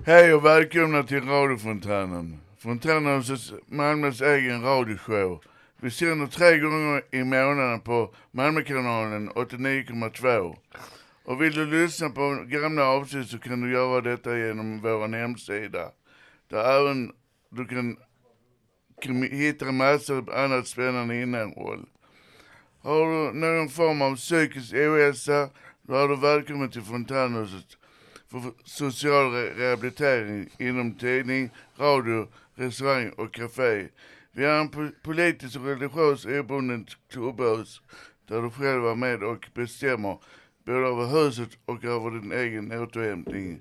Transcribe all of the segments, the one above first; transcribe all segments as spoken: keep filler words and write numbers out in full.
Hej och välkomna till radiofontänen. Fontänhusets Malmös egen radioshow. Vi sänder tre gånger i månaden på Malmökanalen åttionio komma två. Och vill du lyssna på gamla avsnitt så kan du göra detta genom vår hemsida. Där även du kan, kan hitta massor av annat spännande innehåll. Har du någon form av psykisk ohälsa, då är du välkommen till Fontänhuset för social re- rehabilitering inom tidning, radio, restaurang och café. Vi är en po- politisk och religiös obunden klubbhus där du själv är med och bestämmer både över huset och över din egen återhämtning.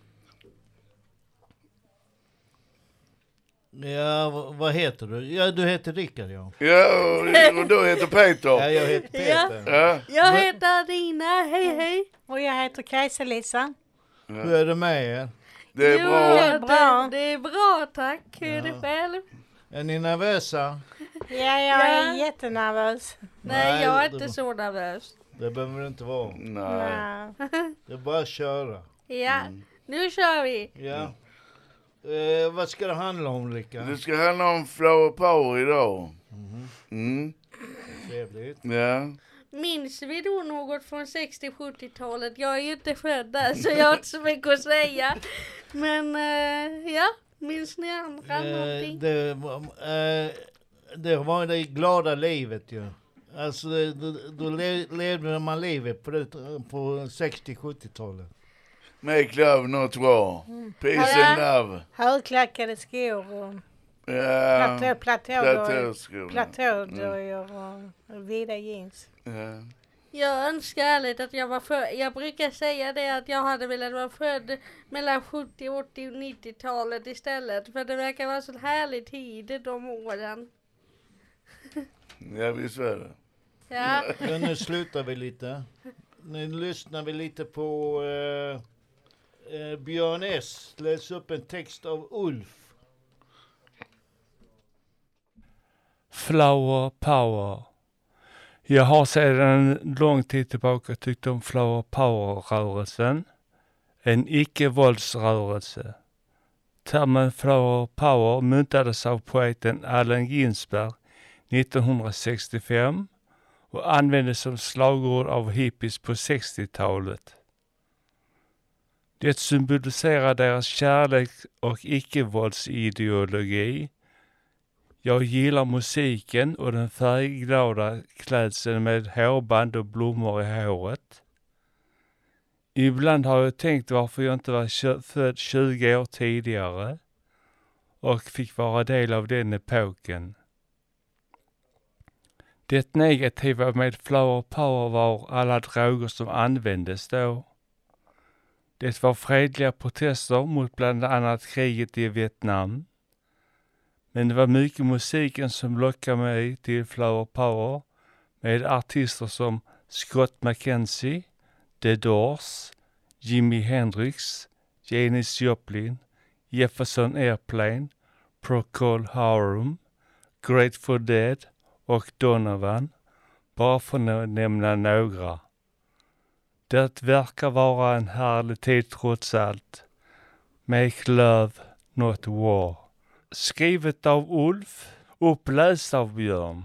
Ja, v- vad heter du? Ja, du heter Rickard, ja. Ja, och du heter Peter. Ja, jag heter Peter. Ja. Jag heter Dina, hej hej. Och jag heter Kajsa-Lisa. Hur är det med er? Det är Jo, bra. det är bra. Det, det är bra, tack. Hur är det Ja. själv? Är ni nervösa? Ja, jag är Ja. jättenervös. Nej, Nej, jag är det inte var- så nervös. Det behöver det inte vara. Nej. Nej. Det är bara att köra. Ja, nu kör vi. Ja. Eh, vad ska det handla om, Rickard? Det ska handla om flower power idag. Mm. Trevligt. Ja. Minns vi då något från sextio-sjuttiotalet? Jag är ju inte född där så jag har inte så mycket att säga. Men eh, ja, minns ni andra Eh, någonting? det, var- eh, det var det glada livet ju. Alltså, det- då, då le, levde man livet på, det, på sextio-sjuttiotalet. Make love, not war. Peace Ja. and love. Högklackade skor och Ja. platå, platådojor, Platåskor. platådojor och vida jeans. Ja. Jag önskar ärligt att jag var född. Jag brukar säga det att jag hade velat vara född mellan sjuttio, åttio och nittiotalet istället. För det verkar vara så härlig tid de åren. Ja, visst är det. Ja, Ja, nu slutar vi lite. Nu lyssnar vi lite på eh, eh, Björn S. Läs upp en text av Ulf. Flower power. Jag har sedan lång tid tillbaka tyckt om flower power-rörelsen. En icke-våldsrörelse. Termen flower power myntades av poeten Allen Ginsberg nittonhundrasextiofem och användes som slagord av hippies på sextiotalet. Det symboliserar deras kärlek och icke-våldsideologi. Jag gillar musiken och den färgglada klädseln med hårband och blommor i håret. Ibland har jag tänkt varför jag inte var kö- född tjugo år tidigare och fick vara del av den epoken. Det negativa med flower power var alla droger som användes då. Det var fredliga protester mot bland annat kriget i Vietnam. Men det var mycket musiken som lockade mig till flower power med artister som Scott McKenzie, The Doors, Jimi Hendrix, Janis Joplin, Jefferson Airplane, Procol Harum, Grateful Dead och Donovan, bara för att nämna några. Det verkar vara en härlig tid trots allt. Make love, not war. Skrivet av Ulf, uppläst av Björn.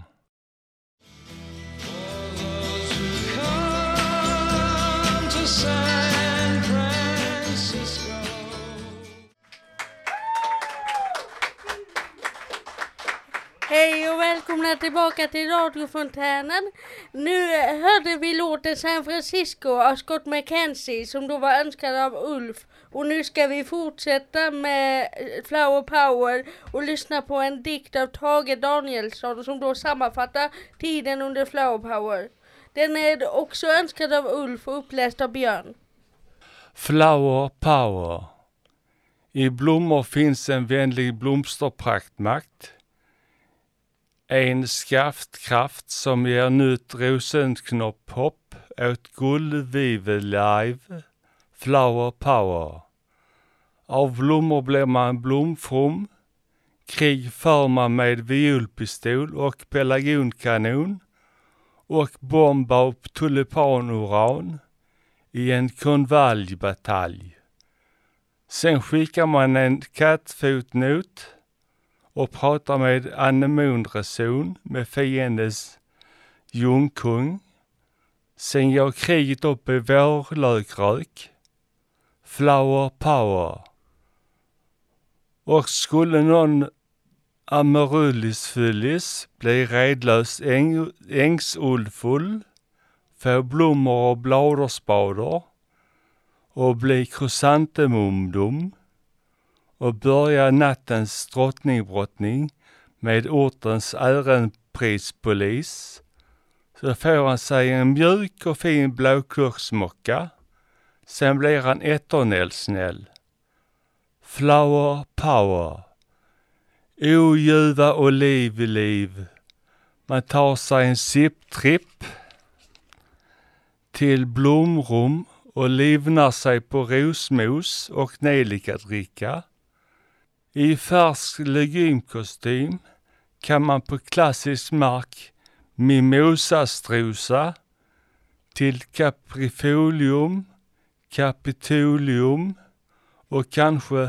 hej och välkomna tillbaka till radiofontänen. Nu hörde vi låten San Francisco av Scott McKenzie som då var önskad av Ulf. Och nu ska vi fortsätta med Flower Power och lyssna på en dikt av Tage Danielsson som då sammanfattar tiden under Flower Power. Den är också önskad av Ulf och uppläst av Björn. Flower power. I blommor finns en vänlig blomsterpraktmakt. En skaftkraft som ger nytt rosenknopphopp åt guldvive live. Flower power. Av blommor blir man blomfrom. Krig för man med violpistol och pelargonkanon. Och bomb av tulipanoran i en konvaljbatalj. Sen skickar man en kattfotnot och pratar med anemonreson med fiendens jungkung. Sen går kriget upp i vårlökrök. Flower power. Och skulle någon amaryllis fyllis bli redlös äng, ängsullfull, få blommor och bladerspader och bli krysantemumdom och börja nattens drottningbrottning med ortens ärenprispolis, så får han sig en mjuk och fin blåkurksmocka. Sen blir han ettornällsnäll. Flower power. Oljuva och liv i liv. Man tar sig en sipptripp till blomrum och livnar sig på rosmos och nejlikadricka. I färsk legumkostym kan man på klassisk mark mimosastrosa till caprifolium, kapitolium och kanske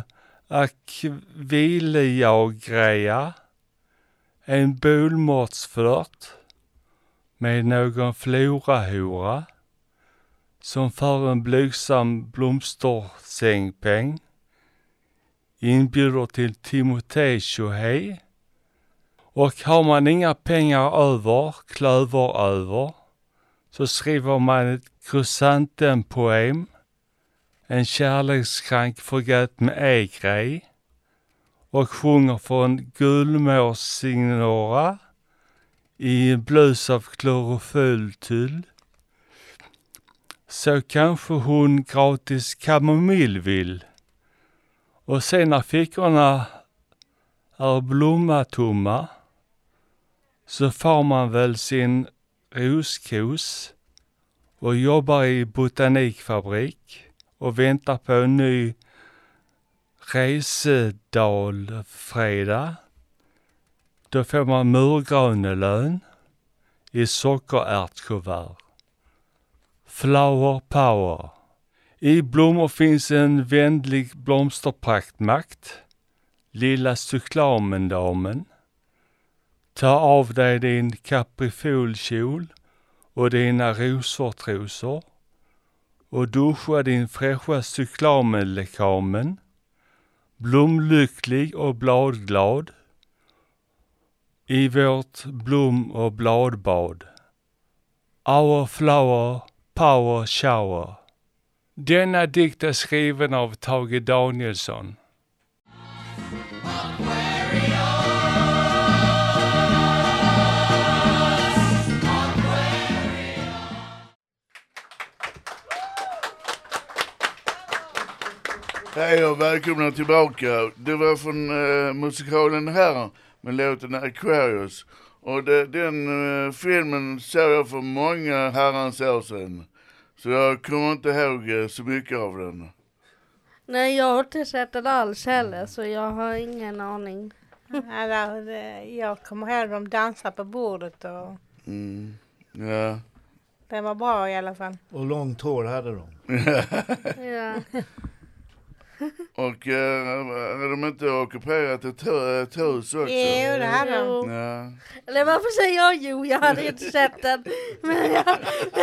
akviliagreja, en bolmårtsflört med någon florahora som för en blygsam blomstersängpeng inbjuder till Timotej-tjohej. Och har man inga pengar över, klöver över, så skriver man ett krysantempoem, en kärlekskrank förgät med e-grej, och sjunger från Gullmårsignora i en blus av klorofylltull. Så kanske hon gratis kamomill vill. Och sen när fickorna är blommatomma så får man väl sin roskos och jobbar i botanikfabrik och väntar på en ny resedalfredag. Då får man murgrönelön i sockerärtkuvert. Flower power. I blommor finns en vänlig blomsterpraktmakt. Lilla cyklamendamen. Ta av dig din kaprifolkjol och dina rosortrosor och duscha din fräscha cyklamenlekamen. Blomlycklig och bladglad i vårt blom- och bladbad. Our flower power shower. Denna dikt är skriven av Tage Danielsson. Hej och välkomna tillbaka. Det var från uh, musikalen här med låten Aquarius. Och det, den uh, filmen såg jag för många herrans år sedan. Så jag kommer inte ihåg uh, så mycket av den. Nej, jag har inte sett den alls heller, så jag har ingen aning. Alltså, det- jag kommer ihåg de dansar på bordet och Mm. Ja. det var bra i alla fall. Och långt hår hade de. Ja. Och uh, hade de inte ockuperat ett, hu- ett hus också? Jo, det hade de. Jo. Ja. Eller varför säger jag jo? Jag hade inte sett den. Men jag...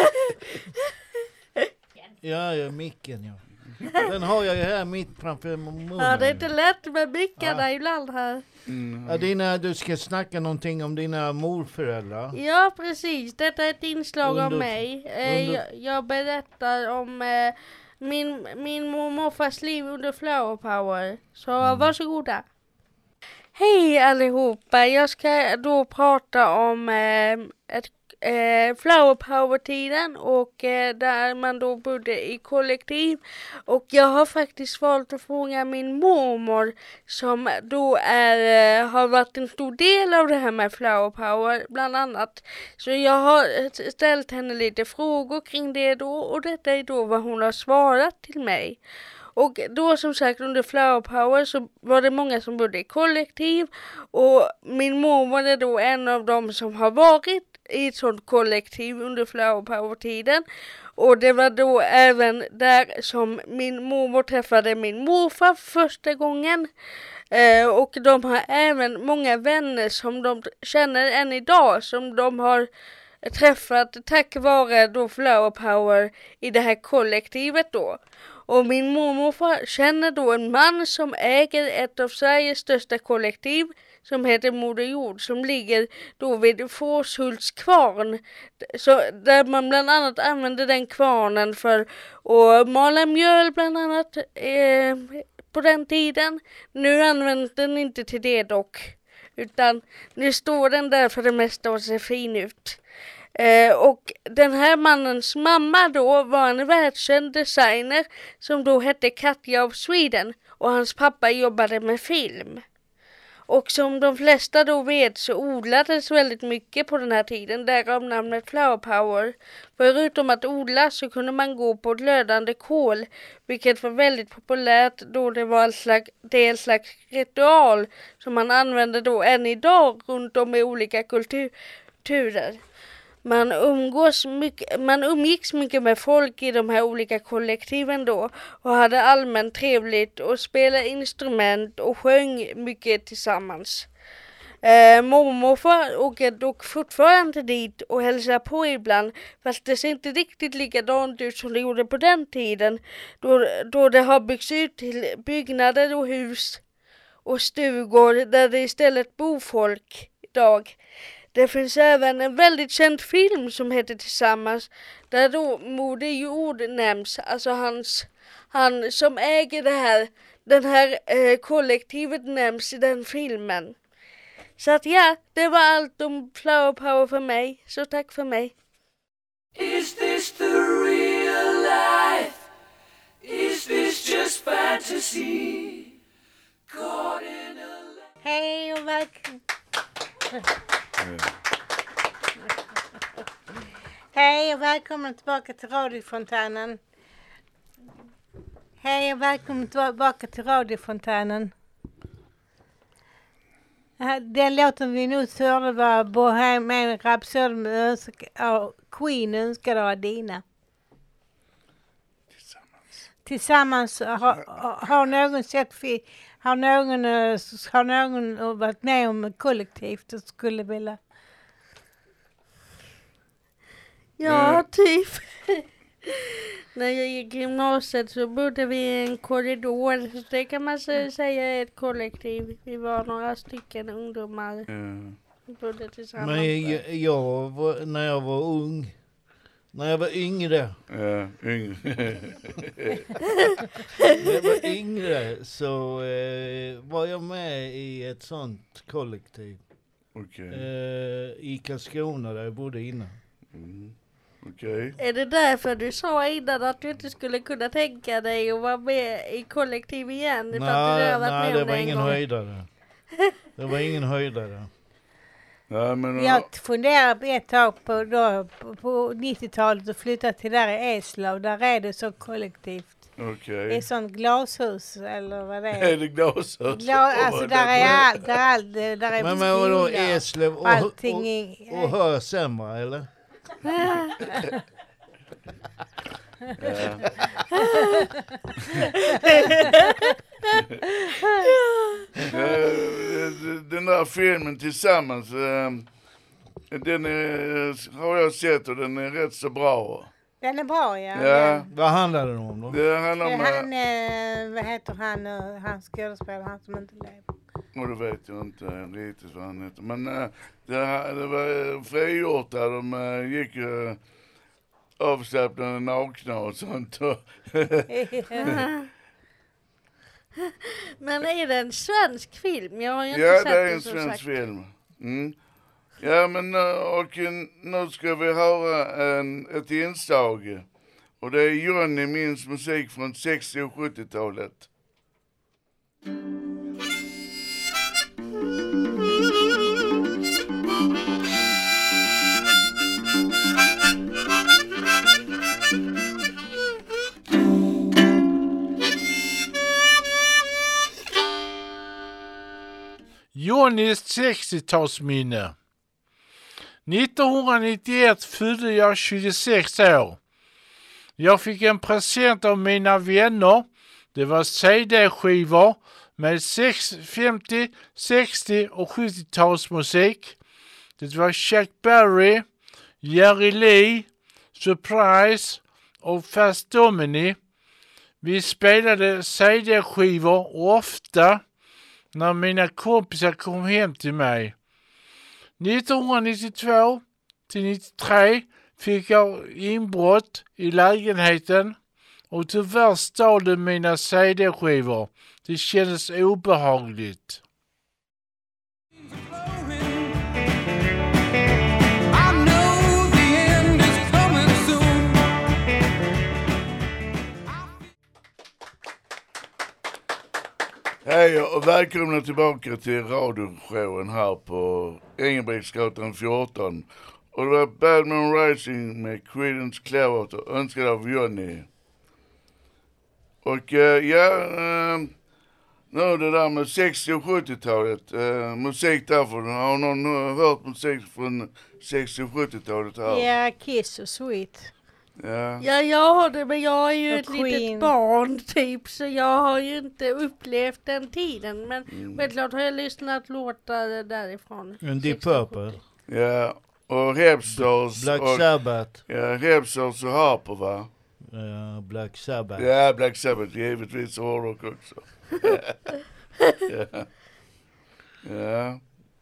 Ja, ja, micken, ja. Den har jag ju här mitt framför munnen. Ja, det är inte lätt med mickarna Ja. ibland här. Mm. Ja, dina, du ska snacka någonting om dina morföräldrar. Ja, precis. Detta är ett inslag Under- om mig. Eh, under- jag, jag berättar om eh, min, min morfars liv under Flower Power. Så Mm. varsågoda. Hej allihopa. Jag ska då prata om eh, ett, eh, Flower Power-tiden och eh, där man då bodde i kollektiv. Och jag har faktiskt valt att fråga min mormor som då är, eh, har varit en stor del av det här med Flower Power bland annat. Så jag har eh, ställt henne lite frågor kring det då och detta är då vad hon har svarat till mig. Och då som sagt under Flower Power så var det många som bodde i kollektiv och min mormor är då en av dem som har varit i ett sånt kollektiv under Flower Power-tiden. Och det var då även där som min mormor träffade min morfar första gången. Eh, och de har även många vänner som de känner än idag, som de har träffat tack vare då Flower Power i det här kollektivet då. Och min mormor känner då en man som äger ett av Sveriges största kollektiv som heter Moder Jord, som ligger då vid Forshults kvarn. Så där man bland annat använder den kvarnen för att mala mjöl bland annat eh, på den tiden. Nu använder den inte till det dock, utan nu står den där för det mesta och ser fin ut. Eh, och den här mannens mamma då var en världskänd designer som då hette Katja of Sweden, och hans pappa jobbade med film. Och som de flesta då vet så odlades väldigt mycket på den här tiden, därav namnet Flower Power. Förutom att odla så kunde man gå på glödande kol, vilket var väldigt populärt då det var en slags, det är en slags ritual som man använder då än idag runt om i olika kulturer. Man, umgås mycket, man umgicks mycket med folk i de här olika kollektiven då och hade allmänt trevligt och spelade instrument och sjöng mycket tillsammans. Eh, mormor åker dock fortfarande dit och hälsar på ibland, fast det ser inte riktigt likadant ut som det gjorde på den tiden då, då det har byggts ut till byggnader och hus och stugor där det istället bor folk idag. Det finns även en väldigt känd film som heter Tillsammans, där då Moder Jord nämns, alltså hans, han som äger det här, den här eh, kollektivet nämns i den filmen. Så att ja, det var allt om Flower Power för mig, så tack för mig. Is this the real life? Is this just fantasy? Caught in a... Hej och välkommen. Hej och välkommen tillbaka till radiofontänen. Hej och välkommen tillbaka till radiofontänen. Den låten vi nu hörde var Bohemian Rhapsody med Queen önskade av Dina. Tillsammans. Tillsammans har, har någon sett fi, har någon har någon varit med om kollektivt och skulle vilja. Ja, Mm. typ. När jag gick i gymnasiet så bodde vi i en korridor. Så det kan man säga är ett kollektiv. Vi var några stycken ungdomar. Mm. Vi bodde tillsammans. Men jag, jag var, när jag var ung, när jag var yngre, Ja, yngre. när jag var yngre så eh, var jag med i ett sånt kollektiv Okej. eh, i Karlskrona där jag bodde innan. Mm. Okej. Är det därför du sa innan att du inte skulle kunna tänka dig att vara med i kollektiv igen? För att du Nej, har varit nej med det om var en ingen gång. höjdare. Det var ingen höjdare. Ja, men... Jag funderar ett tag på, då, på, på nittiotalet och flyttade till där i Eslöv. Där är det så kollektivt. Okej. Det är sånt glashus eller vad det Är är. det glashus? Gla, alltså där är allt, där är allt, där är Men, men vadå, skola Eslöv och, allting och, i- och hör sämre eller? Eh, Den där filmen Tillsammans, eh, den är, har jag sett och den är rätt så bra. Den är bra, ja. Ja. Vad handlar det om då? Det handlar Men, om... han, eh, vad heter han, eh, han skådespelare, han som inte lever. Och det vet jag inte riktigt vad han heter. Men äh, det, här- det var äh, frigjort där. De äh, gick ju äh, avslappnade nakna och sånt. Och Men är det en svensk film? Jag har ju inte ja, sett det är den en som svensk sagt. film. Mm. Ja, men äh, och äh, nu ska vi höra en, ett inslag. Och det är Johnny Minns musik från sextio- och sjuttiotalet. Johnnys sextiotalsminne. nittonhundranittioett fyllde jag tjugosex år. Jag fick en present av mina vänner. Det var C D-skivor med femtio, sextio och sjuttio-talsmusik. Det var Chuck Berry, Jerry Lee, Surprise och Fast Domini. Vi spelade C D-skivor ofta när mina kompisar kom hem till mig. nittonhundranittiotvå till nittiotre fick jag inbrott i lägenheten och tyvärr stal de mina C D-skivor. Det kändes obehagligt. Hej och välkomna tillbaka till radioshowen här på Engelbrektsgatan fjorton. Och det var Bad Moon Rising med Creedence Clearwater, önskad av Johnny. Och uh, ja, uh, nu det där med sextio- och sjuttio-talet, uh, musik därför. Har någon uh, hört musik från sextio- och sjuttio-talet här? Ja, Kiss och Sweet. Ja. Ja, jag har det, men jag är ju Och ett Queen. litet barn typ, så jag har ju inte upplevt den tiden. Men Mm. självklart har jag lyssnat låtar därifrån. En Deep Purple. Ja, och Repsors Black och, Sabbath. ja, Repsors och Harper, va? Ja, Black Sabbath. Ja, Black Sabbath, givetvis hårdrock också. ja. ja.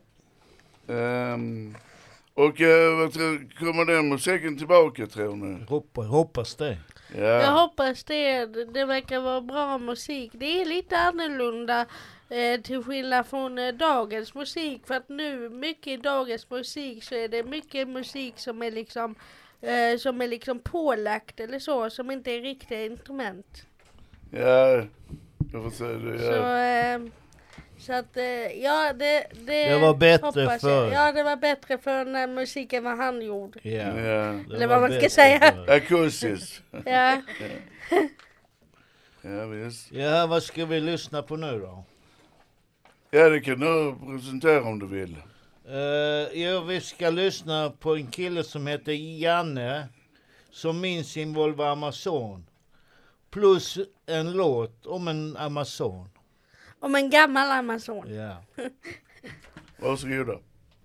Um, och uh, vad tror, kommer den musiken tillbaka, tror ni? Hoppas, hoppas det. Ja. Jag hoppas det, det verkar vara bra musik. Det är lite annorlunda eh, till skillnad från eh, dagens musik. För att nu, mycket i dagens musik så är det mycket musik som är liksom eh, som är liksom pålagt eller så, som inte är riktiga instrument. Ja, jag får säga det. Ja. Så, eh, så att, eh, ja det, det, Det var bättre hoppas jag. förr. Ja, det var bättre för när musiken var handgjord. Ja. Ja. det Eller var vad man ska bättre säga. förr. Akustiskt. Ja. Ja, visst. Ja, vad ska vi lyssna på nu då? Ja, det kan du presentera om du vill. Uh, ja, vi ska lyssna på en kille som heter Janne, som minns sin Volvo Amazon. Plus en låt om en Amazon. Om en gammal Amazon. Ja. Varsågoda.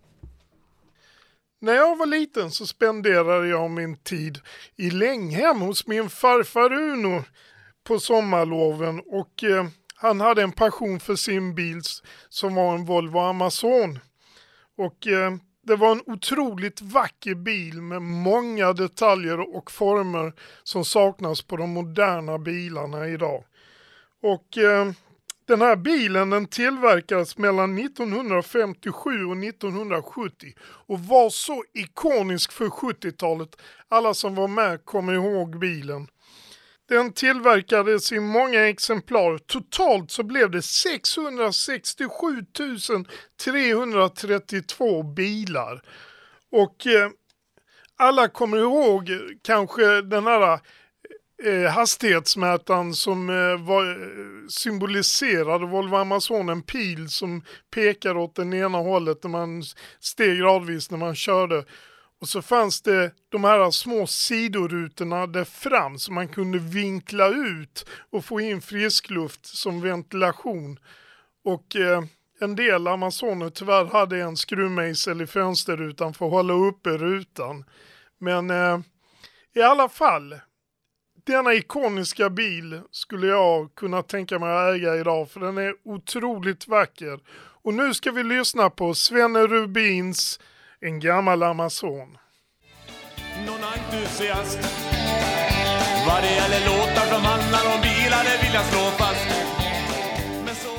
När jag var liten så spenderade jag min tid i Länghem hos min farfar Uno på sommarloven, och eh, han hade en passion för sin bil som var en Volvo Amazon. Och eh, det var en otroligt vacker bil med många detaljer och former som saknas på de moderna bilarna idag. Och eh, den här bilen den tillverkades mellan nittonhundrafemtiosju och nittonhundrasjuttio och var så ikonisk för sjuttiotalet. Alla som var med kommer ihåg bilen. Den tillverkades i många exemplar. Totalt så blev det sexhundrasextiosju tusen trehundratrettiotvå bilar. Och eh, alla kommer ihåg kanske den här eh, hastighetsmätaren som eh, var, symboliserade Volvo Amazon, en pil som pekade åt den ena hållet när man steg gradvis när man körde. Och så fanns det de här små sidorutorna där fram som man kunde vinkla ut och få in friskluft som ventilation. Och eh, en del Amazoner tyvärr hade en skruvmejsel i fönsterrutan för att hålla uppe rutan. Men eh, i alla fall, denna ikoniska bil skulle jag kunna tänka mig att äga idag, för den är otroligt vacker. Och nu ska vi lyssna på Svenne Rubins En gammal Amazon. Någon entusiast vad det gäller låtar som handlar om bilar, det vill jag slå fast. Men så...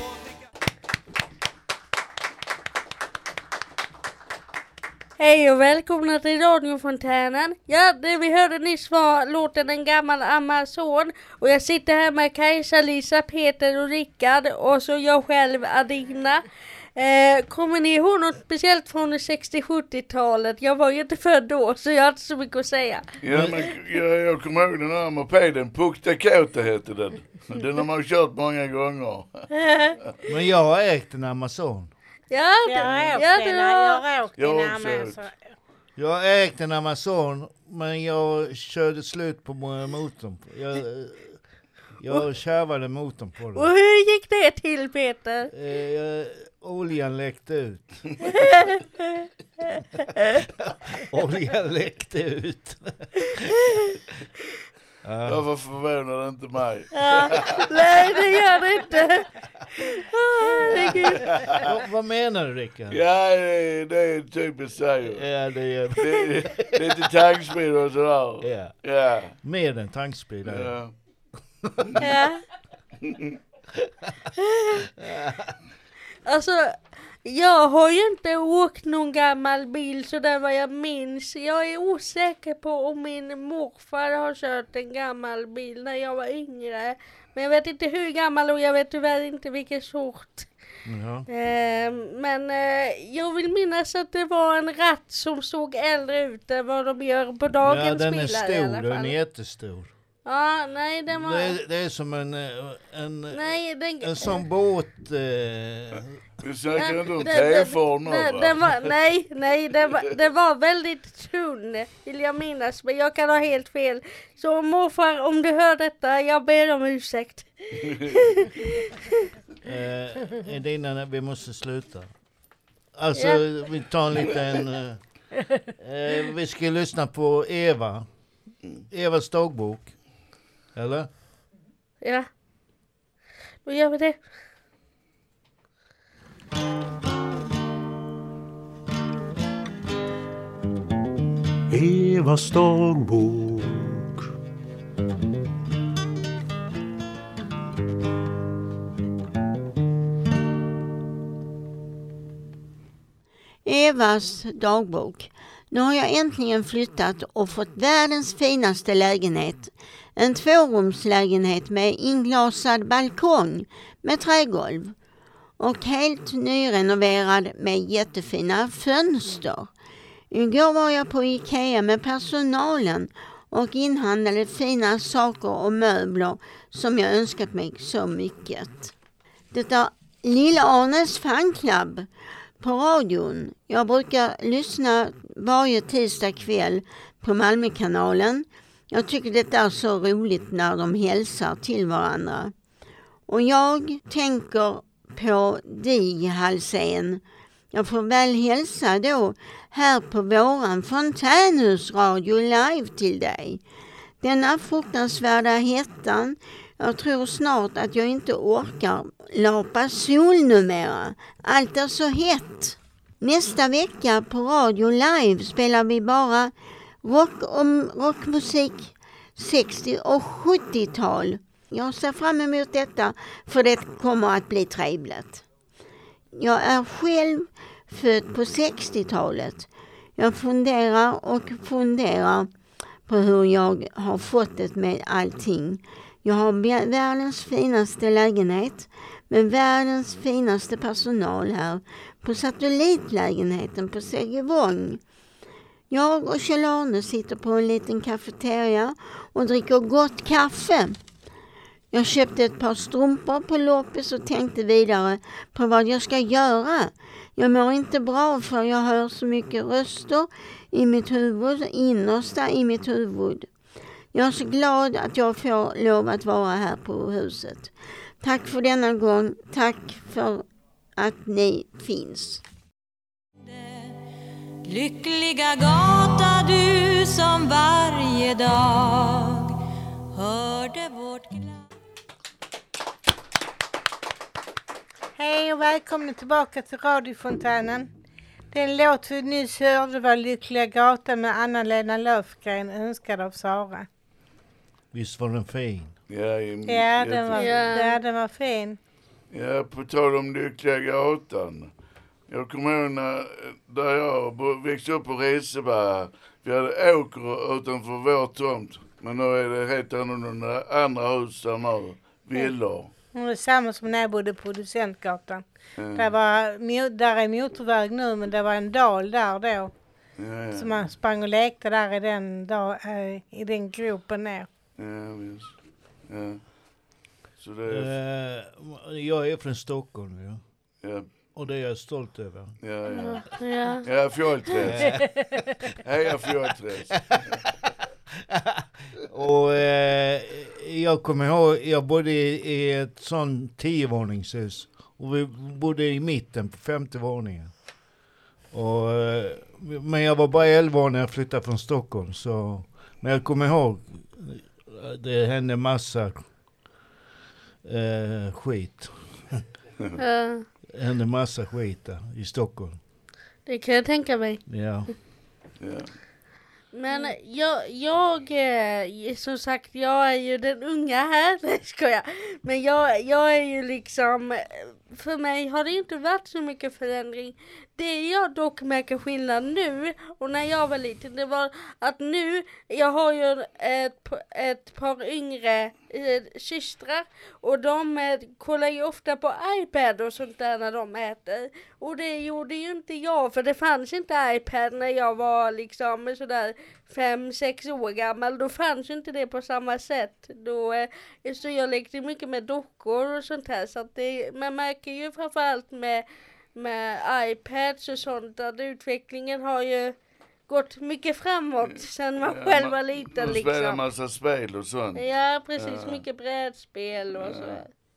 Hej och välkomna till radiofontänen. Ja, det vi hörde nyss var låten En gammal Amazon. Och jag sitter här med Kajsa, Lisa, Peter och Rickard. Och så jag själv, Adina. Eh, kommer ni ihåg något speciellt från sextio-sjuttiotalet? Jag var ju inte född då, så jag har inte så mycket att säga. Ja, men jag, jag kommer ihåg den här mopeden, Puck Dakota heter den. Den har man kört många gånger. Men jag har ägt en Amazon. Ja, det, Jag har åkt ja, den, det jag var... har åkt Jag den har också Amazon. Jag ägde en Amazon, men jag körde slut på motorn. Jag, jag kärvade motorn på Och den. hur gick det till, Peter? Eh, oljan läckte ut. Oljan läckte ut. Jag var förvånad, inte mig. Ja, nej, det gör det inte. Herregud. vad, vad menar du, Rickard? Ja, det, det är typiskt säger. Ja, det är... Det, det är lite tankspel och sådär. Ja. Ja. Med en tankspel. Ja. Ja. Alltså, jag har ju inte åkt någon gammal bil så där vad jag minns. Jag är osäker på om min morfar har kört en gammal bil när jag var yngre. Men jag vet inte hur gammal och jag vet tyvärr inte vilken sort. Ja. Eh, men eh, jag vill minnas att det var en ratt som såg äldre ut än vad de gör på dagens Ja, den är bilar i alla stor, den fall. är jättestor. Ja, nej, den var... Det är, det är som en, en, Nej, den... en sån båt... Eh, Vi snackar inte om Den- T-form nu, den, va? den var, nej, nej, den var, den var väldigt tunn, vill jag minnas, men jag kan ha helt fel. Så morfar, om du hör detta, jag ber om ursäkt. eh, Edina, vi måste sluta. Alltså, Ja. vi tar en liten... Eh, eh, vi ska lyssna på Eva. Evas dagbok. Eller? Ja, då gör vi det. Evas dagbok. Evas dagbok. Nu har jag äntligen flyttat och fått världens finaste lägenhet. En tvårumslägenhet med inglasad balkong med trägolv. Och helt nyrenoverad med jättefina fönster. Igår var jag på Ikea med personalen och inhandlade fina saker och möbler som jag önskat mig så mycket. Det är Lilla Arnes fanclub på radion. Jag brukar lyssna varje tisdag kväll på Malmökanalen. Jag tycker det är så roligt när de hälsar till varandra. Och jag tänker på dig, Halsén. Jag får väl hälsa då här på våran Fontänhusradio live till dig. Denna fruktansvärda hettan, jag tror snart att jag inte orkar lapa sol numera. Allt är så hett. Nästa vecka på Radio Live spelar vi bara rock om rockmusik sextio- och sjuttiotal. Jag ser fram emot detta för det kommer att bli trevligt. Jag är själv född på sextiotalet. Jag funderar och funderar på hur jag har fått det med allting. Jag har världens finaste lägenhet med världens finaste personal här på satellitlägenheten på Segevång. Jag och Kjell-Arne sitter på en liten kafeteria och dricker gott kaffe. Jag köpte ett par strumpor på loppis och tänkte vidare på vad jag ska göra. Jag mår inte bra för jag hör så mycket röster i mitt huvud, innersta i mitt huvud. Jag är så glad att jag får lov att vara här på huset. Tack för denna gång. Tack för att ni finns. Lyckliga gata du som varje dag hörde vårt glass. Hej och välkomna tillbaka till radiofontänen. Den låt vi nyss hörde var Lyckliga gata med Anna-Lena Löfgren, önskad av Sara. Visst var den fin? Ja, Ja, den var, Ja. ja, den var fin. Ja, på tal om Lyckliga gatan. Jag kommer ihåg när, där jag bo- växte upp på Reseberg. Vi hade åker utanför vår tomt. Men nu är det helt annorlunda. Andra hus där nu. Villor. Det var samma som när jag bodde på Producentgatan. Mm. Där, var, mo- där är motorväg nu, men det var en dal där då. Ja, ja. Så man sprang och lekte där i den, da, äh, i den gropen ner. Ja, visst. Ja. Så det är... Eh, jag är från Stockholm, ja. Ja. Och det är jag stolt över. Ja, ja. Ja. Ja, Fjolträsk. Heja Fjolträsk. Och eh, jag kommer ihåg, jag bodde i, i ett sånt tiovåningshus. Och vi bodde i mitten på femte våningen. Och, eh, men jag var bara elva år när jag flyttade från Stockholm. Så, men jag kommer ihåg, det hände massa eh, skit. Ja. Det hände massa skit där i Stockholm. Det kan jag tänka mig. Ja. Ja. Men jag, jag, eh, som sagt, jag är ju den unga här, nej skojar. Men jag, jag är ju liksom, för mig har det inte varit så mycket förändring. Det jag dock märker skillnad nu och när jag var liten, det var att nu, jag har ju ett, ett par yngre eh, systrar och de eh, kollar ju ofta på iPad och sånt där när de äter. Och det gjorde ju inte jag, för det fanns inte iPad när jag var liksom sådär fem, sex år gammal. Då fanns ju inte det på samma sätt. Då, eh, så jag lekte mycket med dockor och sånt här. Så att det, man märker ju framförallt med med iPads och sånt att utvecklingen har ju gått mycket framåt sen man Ja, själv var man- liten man spelar liksom. massa spel och sånt. Ja, precis. Ja. Mycket brädspel och så.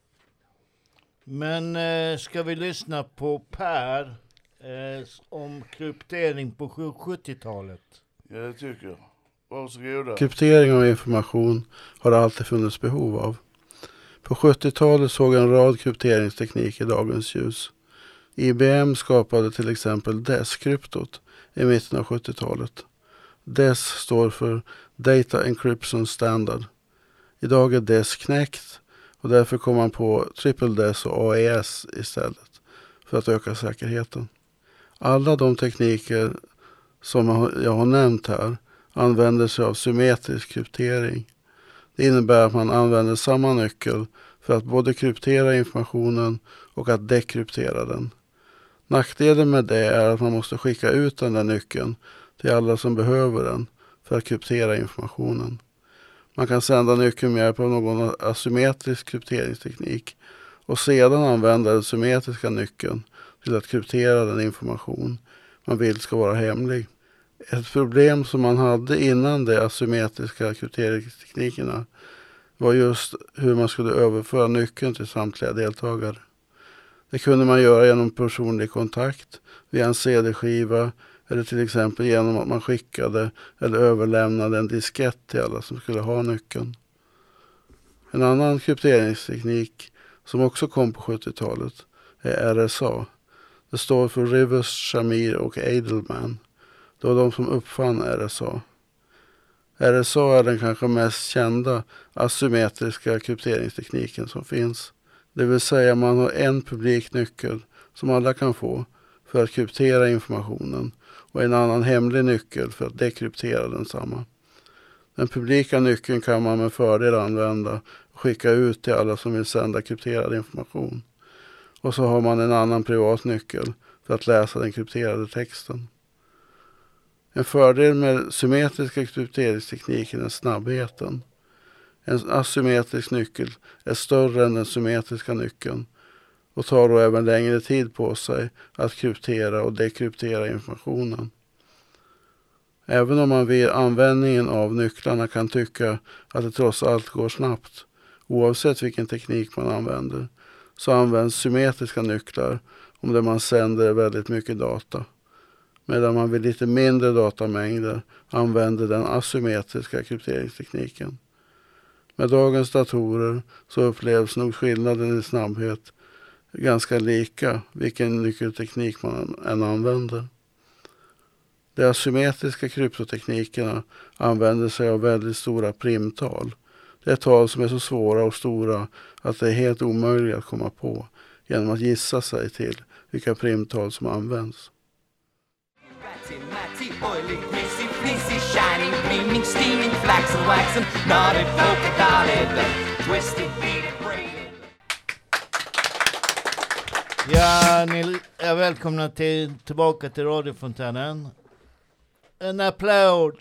Men eh, ska vi lyssna på Per eh, om kryptering på sjuttiotalet? Ja, det tycker jag. Varsågoda. Kryptering av information har det alltid funnits behov av. På sjuttiotalet såg en rad krypteringstekniker dagens ljus. I B M skapade till exempel D E S-kryptot i mitten av sjuttiotalet. D E S står för Data Encryption Standard. Idag är D E S knäckt och därför kom man på Triple D E S och A E S istället för att öka säkerheten. Alla de tekniker som jag har nämnt här använder sig av symmetrisk kryptering. Det innebär att man använder samma nyckel för att både kryptera informationen och att dekryptera den. Nackdelen med det är att man måste skicka ut den där nyckeln till alla som behöver den för att kryptera informationen. Man kan sända nyckeln med hjälp av någon asymmetrisk krypteringsteknik och sedan använda den symmetriska nyckeln till att kryptera den information man vill ska vara hemlig. Ett problem som man hade innan de asymmetriska krypteringsteknikerna var just hur man skulle överföra nyckeln till samtliga deltagare. Det kunde man göra genom personlig kontakt via en C D-skiva eller till exempel genom att man skickade eller överlämnade en diskett till alla som skulle ha nyckeln. En annan krypteringsteknik som också kom på sjuttiotalet är R S A. Det står för Rivers, Shamir och Edelman. Det var de som uppfann R S A. R S A är den kanske mest kända asymmetriska krypteringstekniken som finns. Det vill säga man har en publik nyckel som alla kan få för att kryptera informationen och en annan hemlig nyckel för att dekryptera densamma. Den publika nyckeln kan man med fördel använda och skicka ut till alla som vill sända krypterad information. Och så har man en annan privat nyckel för att läsa den krypterade texten. En fördel med symmetriska krypteringstekniken är snabbheten. En asymmetrisk nyckel är större än den symmetriska nyckeln och tar då även längre tid på sig att kryptera och dekryptera informationen. Även om man vid användningen av nycklarna kan tycka att det trots allt går snabbt, oavsett vilken teknik man använder, så används symmetriska nycklar om det man sänder väldigt mycket data. Medan man vid lite mindre datamängder använder den asymmetriska krypteringstekniken. Med dagens datorer så upplevs nog skillnaden i snabbhet ganska lika vilken nyckelteknik man än använder. De asymmetriska kryptoteknikerna använder sig av väldigt stora primtal. Det är tal som är så svåra och stora att det är helt omöjligt att komma på genom att gissa sig till vilka primtal som används. Oily, greasy, fleecy, shining, gleaming, steaming, flaxen, waxen, naughty, polka dotted, twisted, beaded, braided. Ja, ni är välkomna till, tillbaka till radiofontänen. En applåd!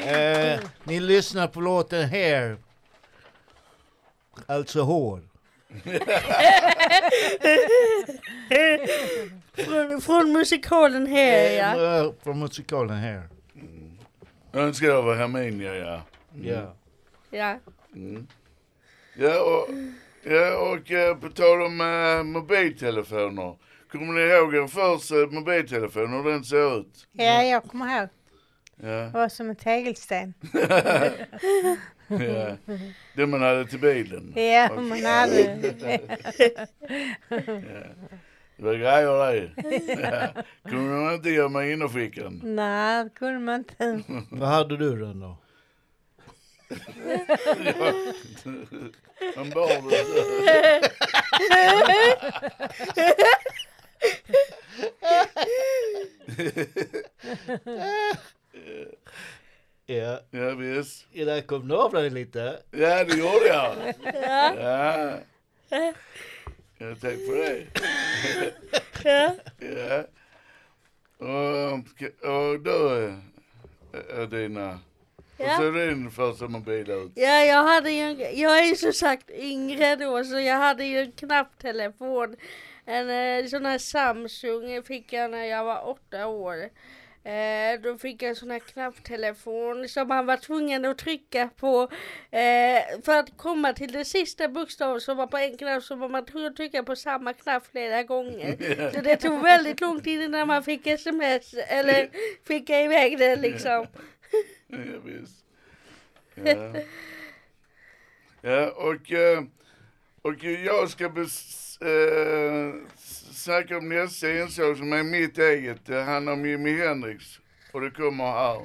eh, ni lyssnar på låten Hair. Alltså hår. från, från musikalen här, ja. Ja, från musikalen här. Mm. Önskar jag var Herminia, ja. Mm. Ja. Ja. Mm. Ja, och, ja, och eh, på tal om eh, mobiltelefoner. Kommer ni ihåg en första mobiltelefon, hur den ser ut? Ja, jag kommer ihåg. Ja. Det var som en tegelsten. Ja. Det man hade till bilen. Ja, och, man hade. Ja. Det var grejer det. Ja. Kunde man inte gömma innerfickan? Nej, det kunde man inte. Vad hade du den då? Ja. Man bar det. Ja. Ja, visst. Ja, där kom du av dig lite. Ja, det gjorde jag. Ja. Ja. Ja, tack för det. Ja. Ja. Och, och då, Adina, Ja. och så är din första mobil ut. Ja, jag hade ju, en- jag är ju som sagt yngre då, så jag hade ju en knapptelefon. En eh, sån här Samsung fick jag när jag var åtta år. Eh, då fick jag en sån här knapptelefon som man var tvungen att trycka på eh, för att komma till det sista bokstaven som var på en knapp, så var man tvungen att trycka på samma knapp flera gånger. Så det tog väldigt lång tid innan man fick sms eller skicka iväg det liksom. Ja, visst. Ja. Ja, och, eh, och jag ska bes, eh, snacka om nästa inslag som är mitt eget. Det handlar om Jimi Hendrix. Och det kommer här.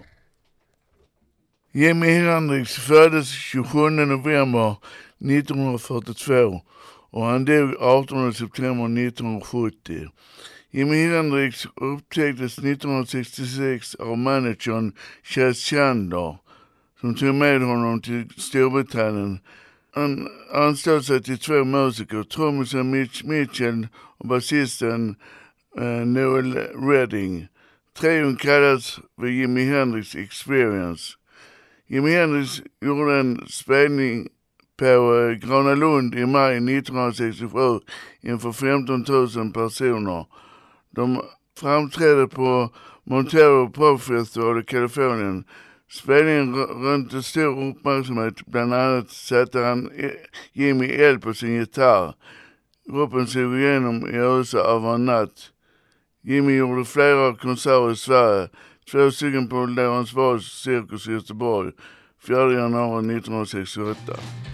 Jimi Hendrix föddes tjugosjunde november nittonhundrafyrtiotvå och han dog artonde september nittonhundrasjuttio. Jimi Hendrix upptäcktes nittonhundrasextiosex av managern Chas Chandler som tog med honom till Storbritannien. Han anslöt sig till två musiker, trummisen Mitch Mitchell och basisten eh, Noel Redding. Trion kallades för Jimi Hendrix Experience. Jimi Hendrix gjorde en spelning på eh, Gröna Lund i maj nittonhundrasextiosju inför femton tusen personer. De framträdde på Montero Pop Festival i Kalifornien. Spelningen rönte stor uppmärksamhet, bland annat satte han Jimmy eld på sin gitarr. Gruppen såg igenom i U S A över en natt. Jimmy gjorde flera konserter i Sverige, två stycken på Lorensvalls cirkus i Göteborg, fjärde januari nittonhundrasextioåtta.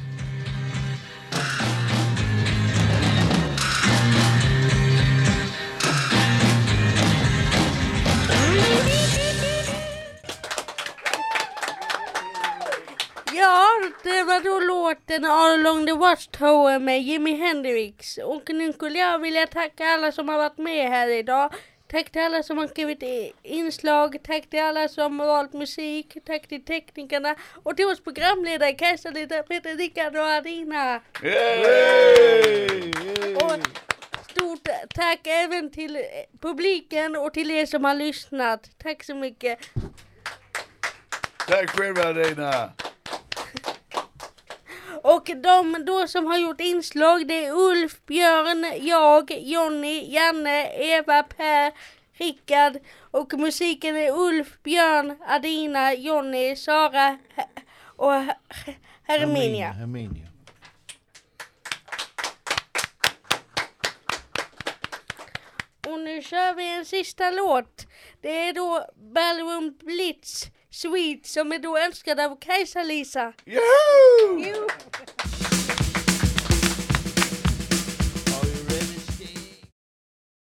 Ja, det var då låten All Along the Watchtower med Jimi Hendrix. Och nu skulle jag vilja tacka alla som har varit med här idag. Tack till alla som har skrivit inslag, tack till alla som har valt musik, tack till teknikerna och till oss programledare Kajsa, Peter, Rickard och Adina. Yay! Och stort tack även till publiken och till er som har lyssnat. Tack så mycket. Tack själv, Adina. Och de då som har gjort inslag, det är Ulf, Björn, jag, Jonny, Janne, Eva, Per, Rickard. Och musiken är Ulf, Björn, Adina, Jonny, Sara och Herminia. Herminia. Och nu kör vi en sista låt. Det är då Ballroom Blitz Sweet som är då önskad av Kajsa Lisa. Yahoo! Jo.